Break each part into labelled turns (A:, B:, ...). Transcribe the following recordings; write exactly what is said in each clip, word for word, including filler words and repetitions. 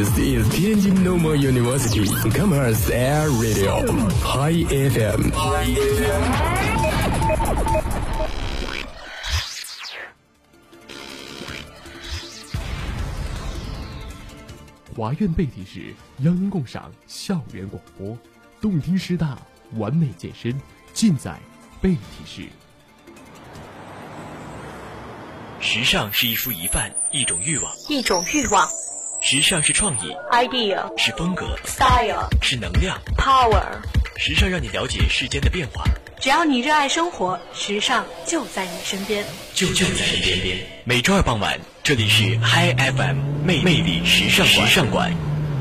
A: This is Tianjin Normal University Commerce Air Radio High F M。
B: 华苑贝体式央音共赏校园广播，动听师大，完美健身，尽在贝体式。
C: 时尚是一蔬一饭，一种欲望，
D: 一种欲望。
C: 时尚是创意
D: idea，
C: 是风格
D: style，
C: 是能量
D: power。时
C: 尚让你了解世间的变化。
D: 只要你热爱生活，时尚就在你身边，
C: 就就在你身边。每周二傍晚，这里是 Hi F M 魅魅力时尚馆。时尚馆。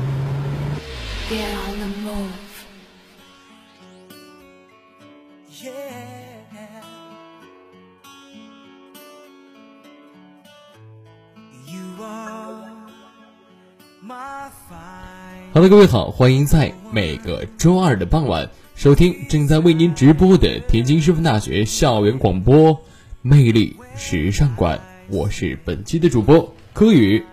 B: 好的，各位好，欢迎在每个周二的傍晚收听正在为您直播的天津师范大学校园广播魅力时尚馆，我是本期的主播柯宇。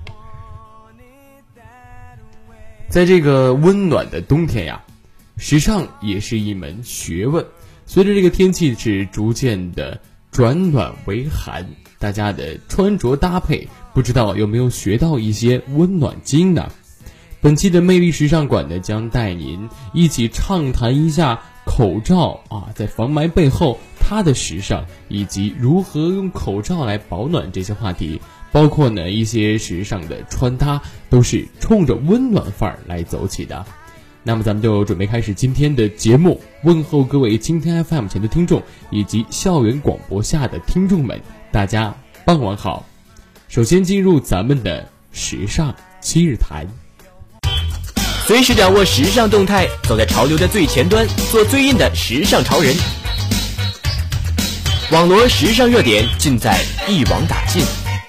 B: 在这个温暖的冬天呀，时尚也是一门学问。随着这个天气是逐渐的转暖为寒，大家的穿着搭配不知道有没有学到一些温暖经呢？本期的魅力时尚馆呢，将带您一起畅谈一下口罩啊，在防霾背后它的时尚，以及如何用口罩来保暖这些话题，包括呢一些时尚的穿搭，都是冲着温暖范儿来走起的。那么咱们就准备开始今天的节目，问候各位今天 F M 前的听众以及校园广播下的听众们，大家傍晚好。首先进入咱们的时尚七日谈，
C: 随时掌握时尚动态，走在潮流的最前端，做最硬的时尚潮人。网罗时尚热点，尽在一网打尽。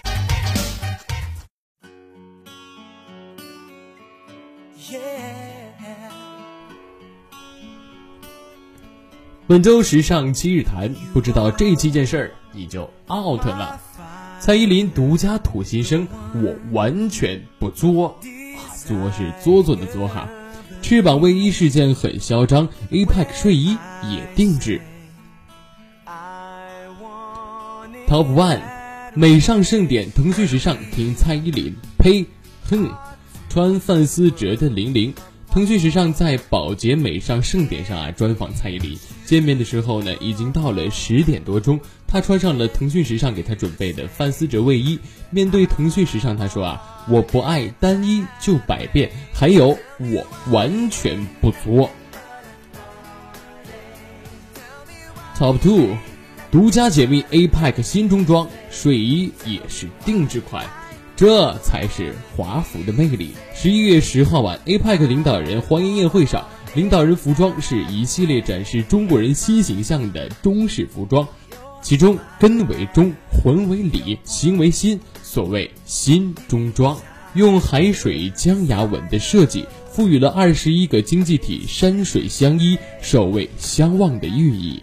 B: 本周时尚七日谈，不知道这七件事儿你就 out 了。蔡依林独家吐心声，我完全不作。作是作作的作哈。翅膀卫衣事件很嚣张 ，A P E C 睡衣也定制。Top One 美上盛典，腾讯时尚听蔡依林，呸，哼，穿范思哲的零零。腾讯时尚在宝洁美上盛典上啊专访蔡依林，见面的时候呢，已经到了十点多钟，她穿上了腾讯时尚给她准备的范思哲卫衣。面对腾讯时尚，她说啊，我不爱单一就百变，还有我完全不作。Top Two 独家解密 A P E C 新中装，睡衣也是定制款。这才是华服的魅力。十一月十号晚 A P E C 领导人欢迎宴会上，领导人服装是一系列展示中国人新形象的中式服装，其中根为中，魂为理，形为心，所谓新中装，用海水江崖纹的设计，赋予了二十一个经济体山水相依、首尾相望的寓意。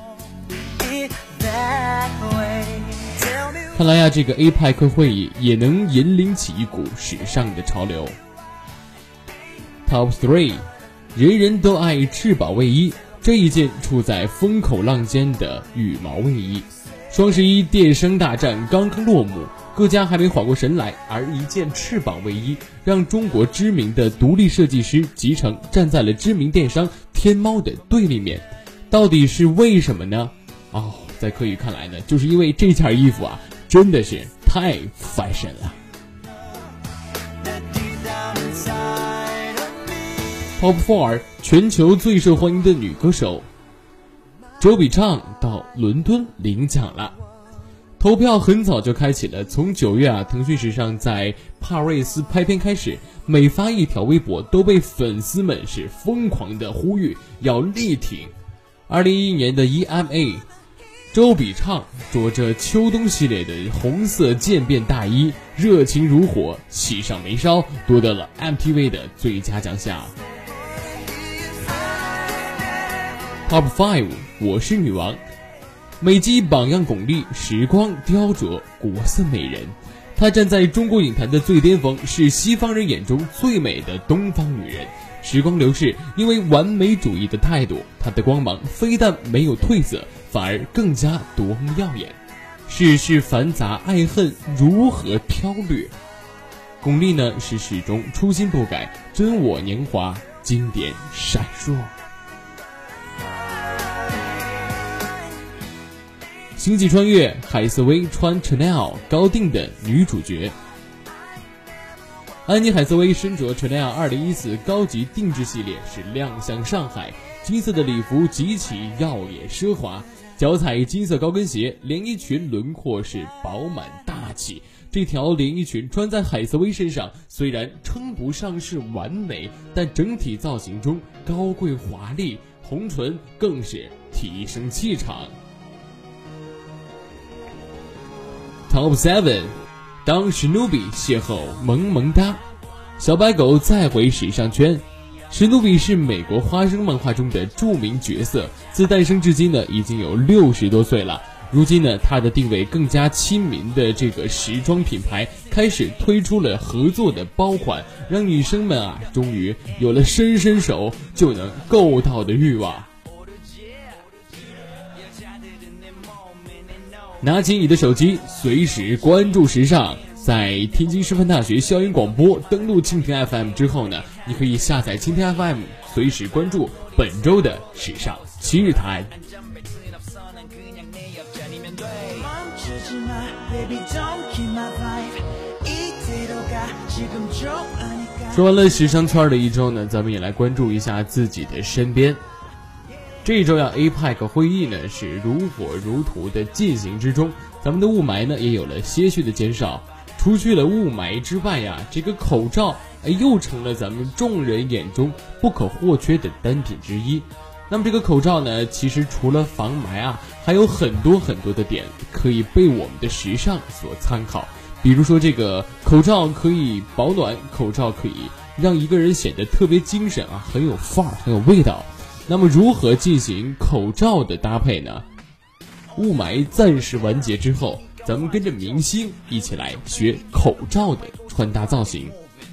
B: 看来呀，这个 A P E C 会议也能引领起一股时尚的潮流。Top Three 人人都爱翅膀卫衣，这一件处在风口浪尖的羽毛卫衣。双十一电商大战刚刚落幕，各家还没缓过神来，而一件翅膀卫衣让中国知名的独立设计师集成站在了知名电商天猫的对立面，到底是为什么呢？哦，在柯宇看来呢，就是因为这件衣服啊真的是太 fashion 了。Top Four 全球最受欢迎的女歌手周笔畅到伦敦领奖了。投票很早就开启了，从九月啊，腾讯时尚在帕瑞斯拍片开始，每发一条微博都被粉丝们是疯狂的呼吁要力挺。二零一一年的 E M A， 周笔畅着着秋冬系列的红色渐变大衣，热情如火，喜上眉梢，夺得了 M T V 的最佳奖项。Top Five 我是女王，美姬榜样巩俐，时光雕琢国色美人。 她站在中国影坛的最巅峰，是西方人眼中最美的东方女人。时光流逝，因为完美主义的态度，她的光芒非但没有褪色，反而更加夺目耀眼。世事繁杂，爱恨如何挑略？巩俐呢是始终初心不改，真我年华，经典闪烁。星际穿越，海瑟薇穿 Chanel 高定的女主角。安妮海瑟薇身着 Chanel 二零一四高级定制系列是亮相上海，金色的礼服极其耀眼奢华，脚踩金色高跟鞋，连衣裙轮廓是饱满大气。这条连衣裙穿在海瑟薇身上，虽然称不上是完美，但整体造型中高贵华丽，红唇更是提升气场。Top 七， 当史努比邂逅萌萌哒，小白狗再回时尚圈。史努比是美国花生漫画中的著名角色，自诞生至今呢，已经有六十多岁了。如今呢，他的定位更加亲民的这个时装品牌开始推出了合作的包款，让女生们啊，终于有了伸伸手就能够到的欲望。拿起你的手机，随时关注时尚。在天津师范大学校园广播登录蜻蜓 F M 之后呢，你可以下载蜻蜓 F M， 随时关注本周的时尚七日谈。说完了时尚圈的一周呢，咱们也来关注一下自己的身边。这一周呀 A P E C 会议呢是如火如荼的进行之中，咱们的雾霾呢也有了些许的减少。除去了雾霾之外呀，这个口罩哎又成了咱们众人眼中不可或缺的单品之一。那么这个口罩呢，其实除了防霾啊，还有很多很多的点可以被我们的时尚所参考。比如说这个口罩可以保暖，口罩可以让一个人显得特别精神啊，很有范儿，很有味道。那么如何进行口罩的搭配呢？雾霾暂时完结之后，咱们跟着明星一起来学口罩的穿搭造型。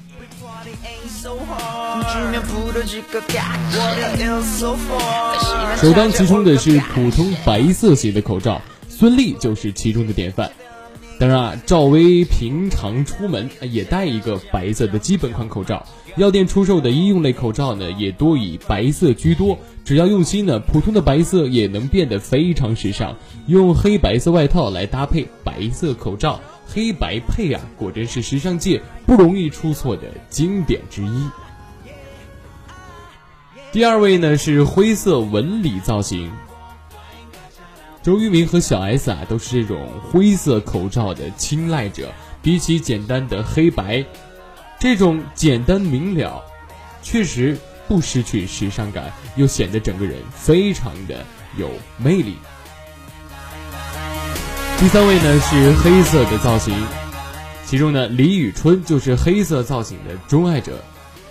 B: 首当其冲的是普通白色型的口罩，孙俪就是其中的典范。当然啊，赵薇平常出门也戴一个白色的基本款口罩。药店出售的医用类口罩呢，也多以白色居多。只要用心呢，普通的白色也能变得非常时尚。用黑白色外套来搭配白色口罩，黑白配啊，果真是时尚界不容易出错的经典之一。第二位呢是灰色纹理造型。周渝民和小 S 啊，都是这种灰色口罩的青睐者。比起简单的黑白，这种简单明了，确实不失去时尚感，又显得整个人非常的有魅力。第三位呢是黑色的造型，其中呢李宇春就是黑色造型的钟爱者。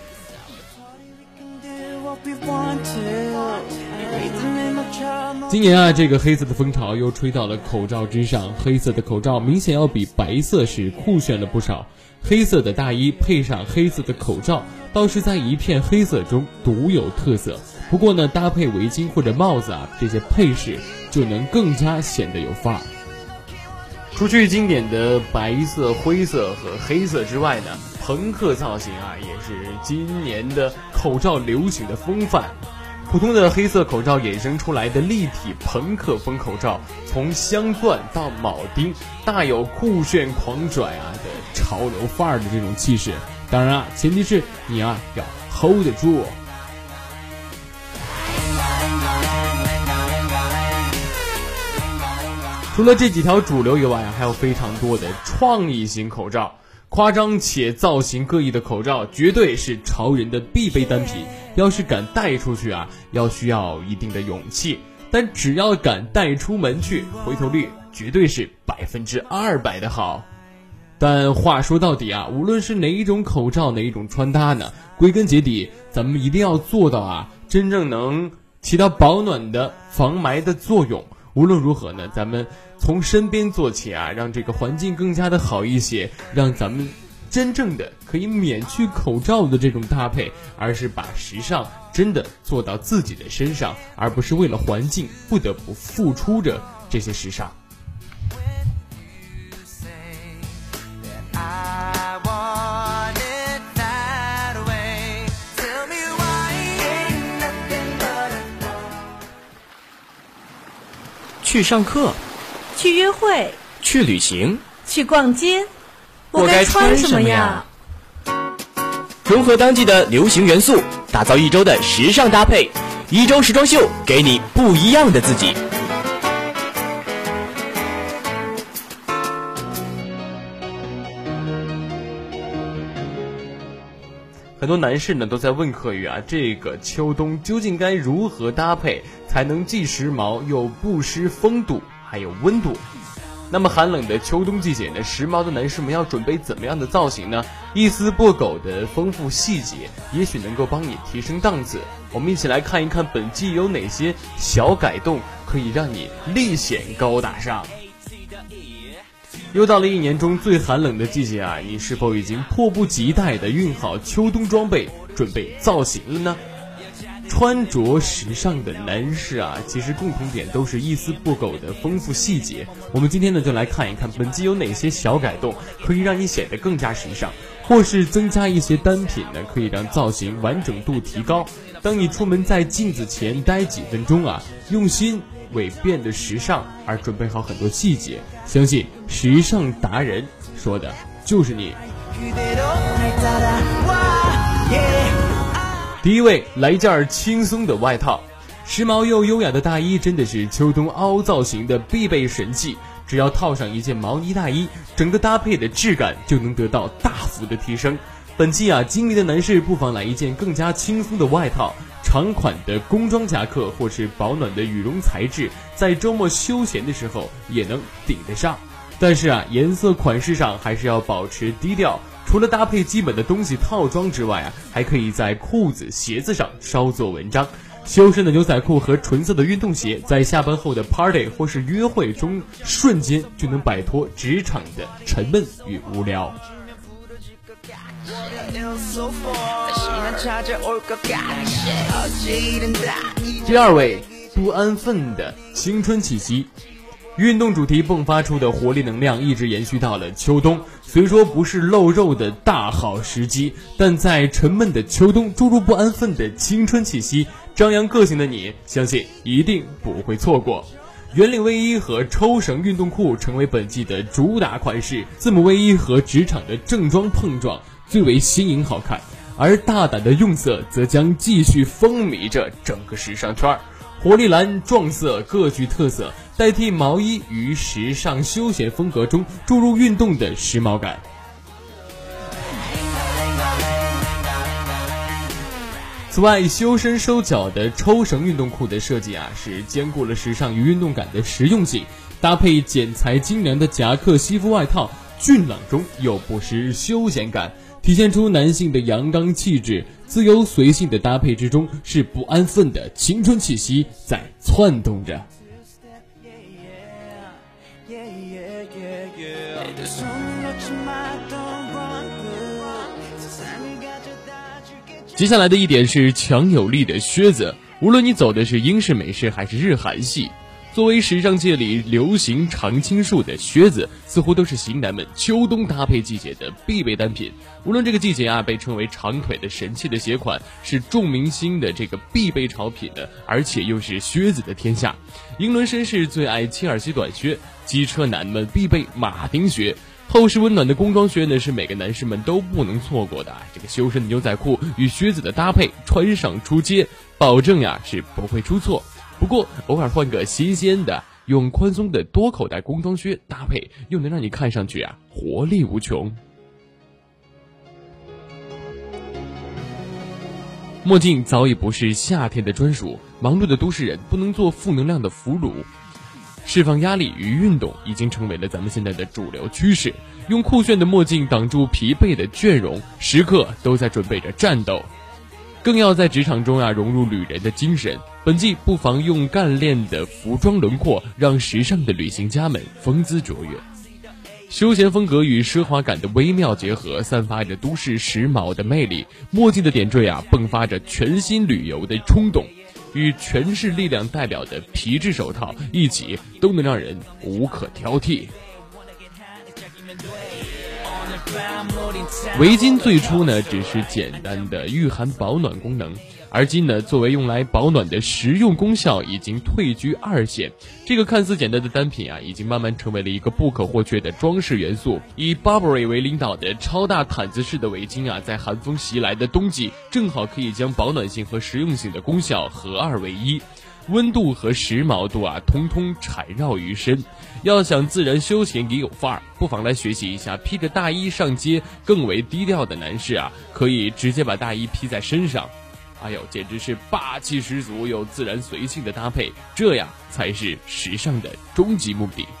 B: 今年啊，这个黑色的风潮又吹到了口罩之上，黑色的口罩明显要比白色是酷炫了不少。黑色的大衣配上黑色的口罩，倒是在一片黑色中独有特色。不过呢，搭配围巾或者帽子啊，这些配饰就能更加显得有范儿。除去经典的白色、灰色和黑色之外呢，朋克造型啊，也是今年的口罩流行的风范。普通的黑色口罩衍生出来的立体朋克风口罩，从镶钻到铆钉，大有酷炫狂拽啊的潮流范儿的这种气势。当然啊，前提是你啊要 hold 得住。除了这几条主流以外啊，还有非常多的创意型口罩。夸张且造型各异的口罩绝对是潮人的必备单品，要是敢带出去啊，要需要一定的勇气，但只要敢带出门去，回头率绝对是百分之二百的好。但话说到底啊，无论是哪一种口罩，哪一种穿搭呢，归根结底咱们一定要做到啊，真正能起到保暖的防霾的作用。 无论如何呢，咱们从身边做起啊，让这个环境更加的好一些，让咱们真正的可以免去口罩的这种搭配，而是把时尚真的做到自己的身上，而不是为了环境不得不付出着这些时尚。
C: 去上课，
D: 去约会，
C: 去旅行，
D: 去逛街，
C: 我该穿什么呀？融合当季的流行元素，打造一周的时尚搭配，一周时装秀，给你不一样的自己。
B: 很多男士呢都在问客语啊，这个秋冬究竟该如何搭配，才能既时髦又不失风度还有温度？那么寒冷的秋冬季节呢，时髦的男士们要准备怎么样的造型呢？一丝不苟的丰富细节，也许能够帮你提升档次。我们一起来看一看本季有哪些小改动，可以让你立显高大上。又到了一年中最寒冷的季节啊，你是否已经迫不及待地熨好秋冬装备，准备造型了呢？穿着时尚的男士啊，其实共同点都是一丝不苟的丰富细节。我们今天呢，就来看一看本季有哪些小改动，可以让你显得更加时尚，或是增加一些单品呢，可以让造型完整度提高。当你出门在镜子前待几分钟啊，用心为变得时尚而准备好很多细节，相信时尚达人说的就是你。第一位，来一件轻松的外套。时髦又优雅的大衣真的是秋冬凹造型的必备神器，只要套上一件毛呢大衣，整个搭配的质感就能得到大幅的提升。本期啊，精明的男士不妨来一件更加轻松的外套，长款的工装夹克或是保暖的羽绒材质，在周末休闲的时候也能顶得上。但是啊，颜色款式上还是要保持低调，除了搭配基本的东西套装之外啊，还可以在裤子鞋子上稍作文章。修身的牛仔裤和纯色的运动鞋，在下班后的 party 或是约会中，瞬间就能摆脱职场的沉闷与无聊。第二位，不安分的青春气息。运动主题迸发出的活力能量一直延续到了秋冬，虽说不是露肉的大好时机，但在沉闷的秋冬注入不安分的青春气息，张扬个性的你，相信一定不会错过。圆领卫衣和抽绳运动裤成为本季的主打款式，字母卫衣和职场的正装碰撞最为新颖好看，而大胆的用色则将继续风靡着整个时尚圈。活力蓝撞色各具特色，代替毛衣于时尚休闲风格中注入运动的时髦感。此外，修身收脚的抽绳运动裤的设计啊，是兼顾了时尚与运动感的实用性，搭配剪裁精良的夹克西服外套，俊朗中又不失休闲感，体现出男性的阳刚气质。自由随性的搭配之中，是不安分的青春气息在窜动着。接下来的一点是强有力的靴子，无论你走的是英式美式还是日韩系，作为时尚界里流行常青树的靴子，似乎都是型男们秋冬搭配季节的必备单品。无论这个季节啊，被称为长腿的神器的鞋款，是众明星的这个必备潮品的，而且又是靴子的天下。英伦绅士最爱切尔西短靴，机车男们必备马丁靴。厚实温暖的工装靴呢，是每个男士们都不能错过的。这个修身的牛仔裤与靴子的搭配，穿上出街，保证呀是不会出错。不过偶尔换个新鲜的，用宽松的多口袋工装靴搭配，又能让你看上去啊活力无穷。墨镜早已不是夏天的专属，忙碌的都市人不能做负能量的俘虏。释放压力与运动已经成为了咱们现在的主流趋势，用酷炫的墨镜挡住疲惫的倦容，时刻都在准备着战斗。更要在职场中啊融入旅人的精神， 本季不妨用干练的服装轮廓，让时尚的旅行家们风姿卓越。休闲风格与奢华感的微妙结合，散发着都市时髦的魅力。墨镜的点缀啊，迸发着全新旅游的冲动。与全市力量代表的皮质手套一起，都能让人无可挑剔。围巾最初呢，只是简单的御寒保暖功能，而今呢，作为用来保暖的实用功效已经退居二线。这个看似简单的单品啊，已经慢慢成为了一个不可或缺的装饰元素。以 Burberry 为领导的超大毯子式的围巾啊，在寒风袭来的冬季，正好可以将保暖性和实用性的功效合二为一。温度和时髦度啊，通通缠绕于身。要想自然休闲也有范儿，不妨来学习一下披着大衣上街更为低调的男士啊，可以直接把大衣披在身上。哎呦，简直是霸气十足又自然随性的搭配，这样才是时尚的终极目的。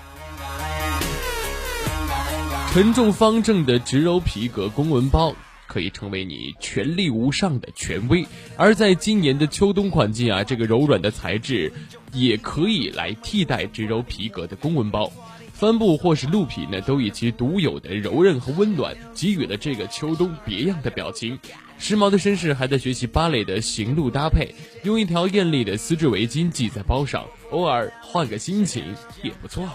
B: 沉重方正的植鞣皮革公文包可以成为你权力无上的权威，而在今年的秋冬款季啊，这个柔软的材质也可以来替代植鞣皮革的公文包。帆布或是鹿皮呢，都以其独有的柔韧和温暖，给予了这个秋冬别样的表情。时髦的绅士还在学习芭蕾的行路搭配，用一条艳丽的丝质围巾系在包上，偶尔换个心情也不错。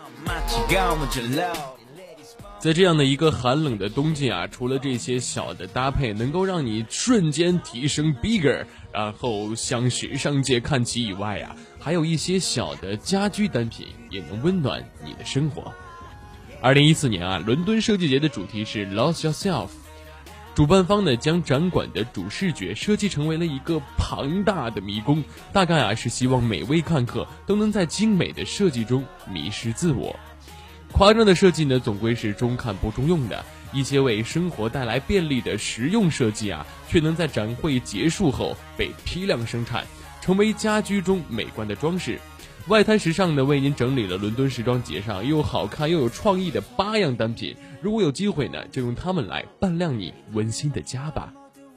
B: 在这样的一个寒冷的冬季啊，除了这些小的搭配能够让你瞬间提升 bigger， 然后向时尚界看齐以外啊，还有一些小的家居单品也能温暖你的生活。二零一四年啊，伦敦设计节的主题是 Lost Yourself， 主办方呢将展馆的主视觉设计成为了一个庞大的迷宫，大概啊是希望每位看客都能在精美的设计中迷失自我。夸张的设计呢，总归是中看不中用的。一些为生活带来便利的实用设计啊，却能在展会结束后被批量生产，成为家居中美观的装饰。外滩时尚呢，为您整理了伦敦时装节上又好看又有创意的八样单品。如果有机会呢，就用它们来扮亮你温馨的家吧。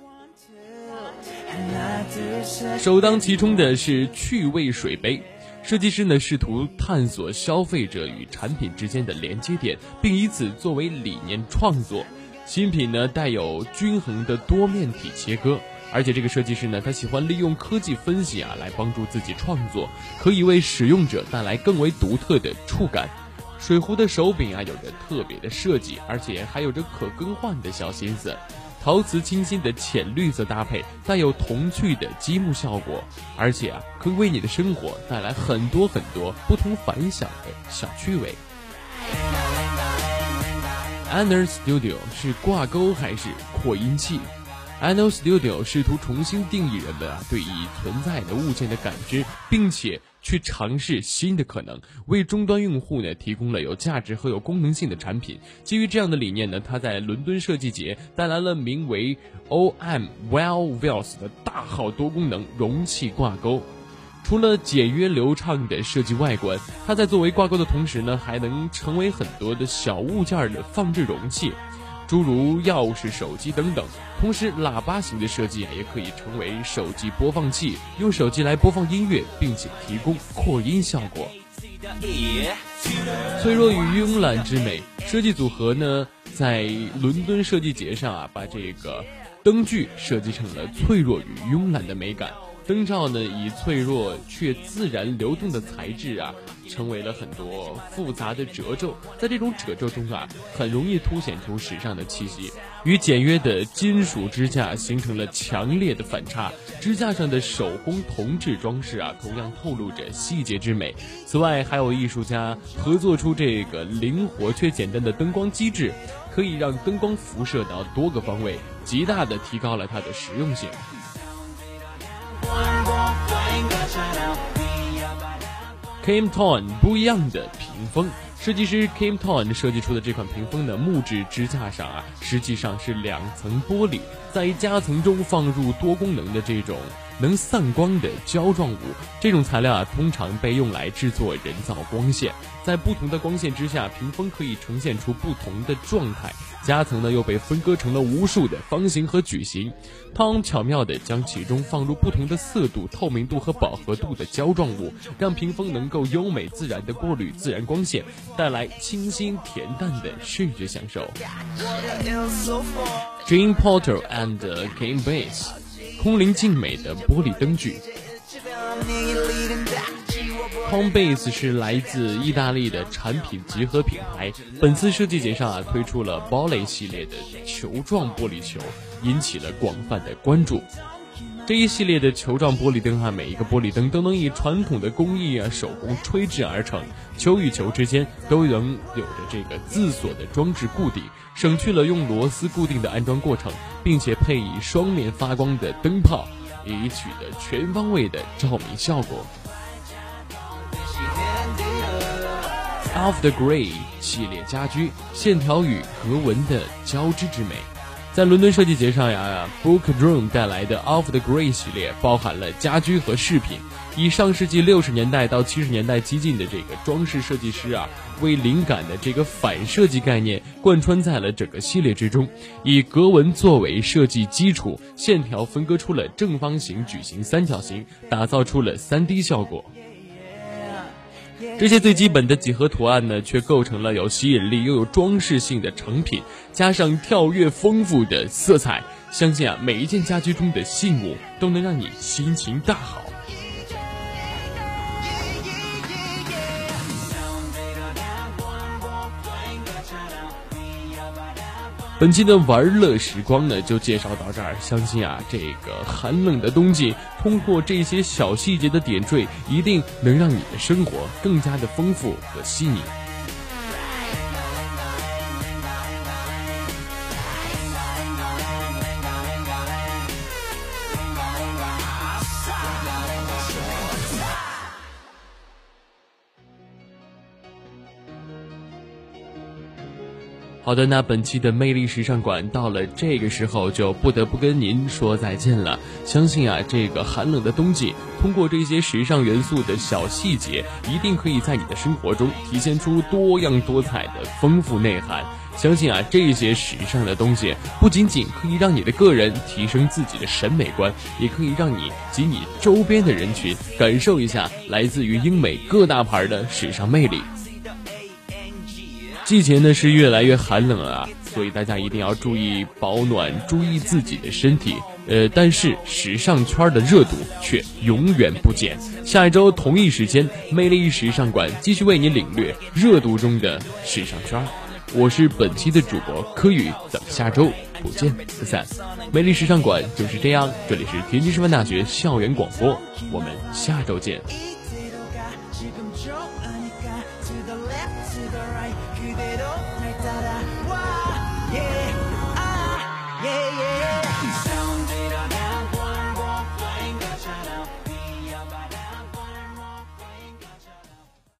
B: 首当其冲的是趣味水杯。设计师呢试图探索消费者与产品之间的连接点，并以此作为理念创作。新品呢带有均衡的多面体切割，而且这个设计师呢他喜欢利用科技分析啊来帮助自己创作，可以为使用者带来更为独特的触感。水壶的手柄啊有着特别的设计，而且还有着可更换的小心思。陶瓷清新的浅绿色搭配，带有童趣的积木效果，而且啊，可以为你的生活带来很多很多不同凡响的小趣味。Anner Studio 是挂钩还是扩音器？ Anner Studio 试图重新定义人们啊对已存在的物件的感知，并且去尝试新的可能，为终端用户呢提供了有价值和有功能性的产品。基于这样的理念呢，它在伦敦设计节带来了名为 O M Well Wells 的大号多功能容器挂钩。除了简约流畅的设计外观，它在作为挂钩的同时呢，还能成为很多的小物件的放置容器，诸如钥匙、手机等等。同时喇叭型的设计啊，也可以成为手机播放器，用手机来播放音乐，并且提供扩音效果。脆弱与慵懒之美设计组合呢，在伦敦设计节上啊，把这个灯具设计成了脆弱与慵懒的美感。灯罩呢，以脆弱却自然流动的材质啊，成为了很多复杂的褶皱。在这种褶皱中啊，很容易凸显出时尚的气息，与简约的金属支架形成了强烈的反差。支架上的手工铜制装饰啊，同样透露着细节之美。此外，还有艺术家合作出这个灵活却简单的灯光机制，可以让灯光辐射到多个方位，极大的提高了它的实用性。Kim Ton 不一样的屏风，设计师 Kim Ton 设计出的这款屏风的木质支架上啊，实际上是两层玻璃，在夹层中放入多功能的这种能散光的胶状物。这种材料啊，通常被用来制作人造光线，在不同的光线之下，屏风可以呈现出不同的状态。夹层呢又被分割成了无数的方形和矩形。汤巧妙地将其中放入不同的色度、透明度和饱和度的胶状物，让屏风能够优美自然地过滤自然光线，带来清新恬淡的视觉享受。Jean Porter and Game Base， 空灵静美的玻璃灯具。Combase 是来自意大利的产品集合品牌，本次设计节上啊推出了堡垒系列的球状玻璃球，引起了广泛的关注。这一系列的球状玻璃灯啊，每一个玻璃灯都能以传统的工艺啊手工吹制而成，球与球之间都能有着这个自锁的装置固定，省去了用螺丝固定的安装过程，并且配以双面发光的灯泡，以取得全方位的照明效果。Off the Grey 系列家居，线条与格纹的交织之美。在伦敦设计节上呀 Book Room 带来的 Off the Grey 系列包含了家居和饰品，以上世纪六十年代到七十年代激进的这个装饰设计师啊为灵感的这个反设计概念贯穿在了整个系列之中，以格纹作为设计基础，线条分割出了正方形、矩形、三角形，打造出了 三 D 效果。这些最基本的几何图案呢，却构成了有吸引力又有装饰性的成品，加上跳跃丰富的色彩，相信啊，每一件家居中的信物都能让你心情大好。本期的玩乐时光呢，就介绍到这儿。相信啊，这个寒冷的冬季，通过这些小细节的点缀，一定能让你的生活更加的丰富和细腻。好的，那本期的魅力时尚馆到了这个时候就不得不跟您说再见了。相信啊，这个寒冷的冬季，通过这些时尚元素的小细节，一定可以在你的生活中体现出多样多彩的丰富内涵。相信啊，这些时尚的东西不仅仅可以让你的个人提升自己的审美观，也可以让你及你周边的人群感受一下来自于英美各大牌的时尚魅力。季节呢是越来越寒冷了啊，所以大家一定要注意保暖，注意自己的身体。呃，但是时尚圈的热度却永远不减。下一周同一时间，魅力时尚馆继续为你领略热度中的时尚圈。我是本期的主播柯宇，咱们下周不见不散。魅力时尚馆就是这样，这里是天津师范大学校园广播，我们下周见。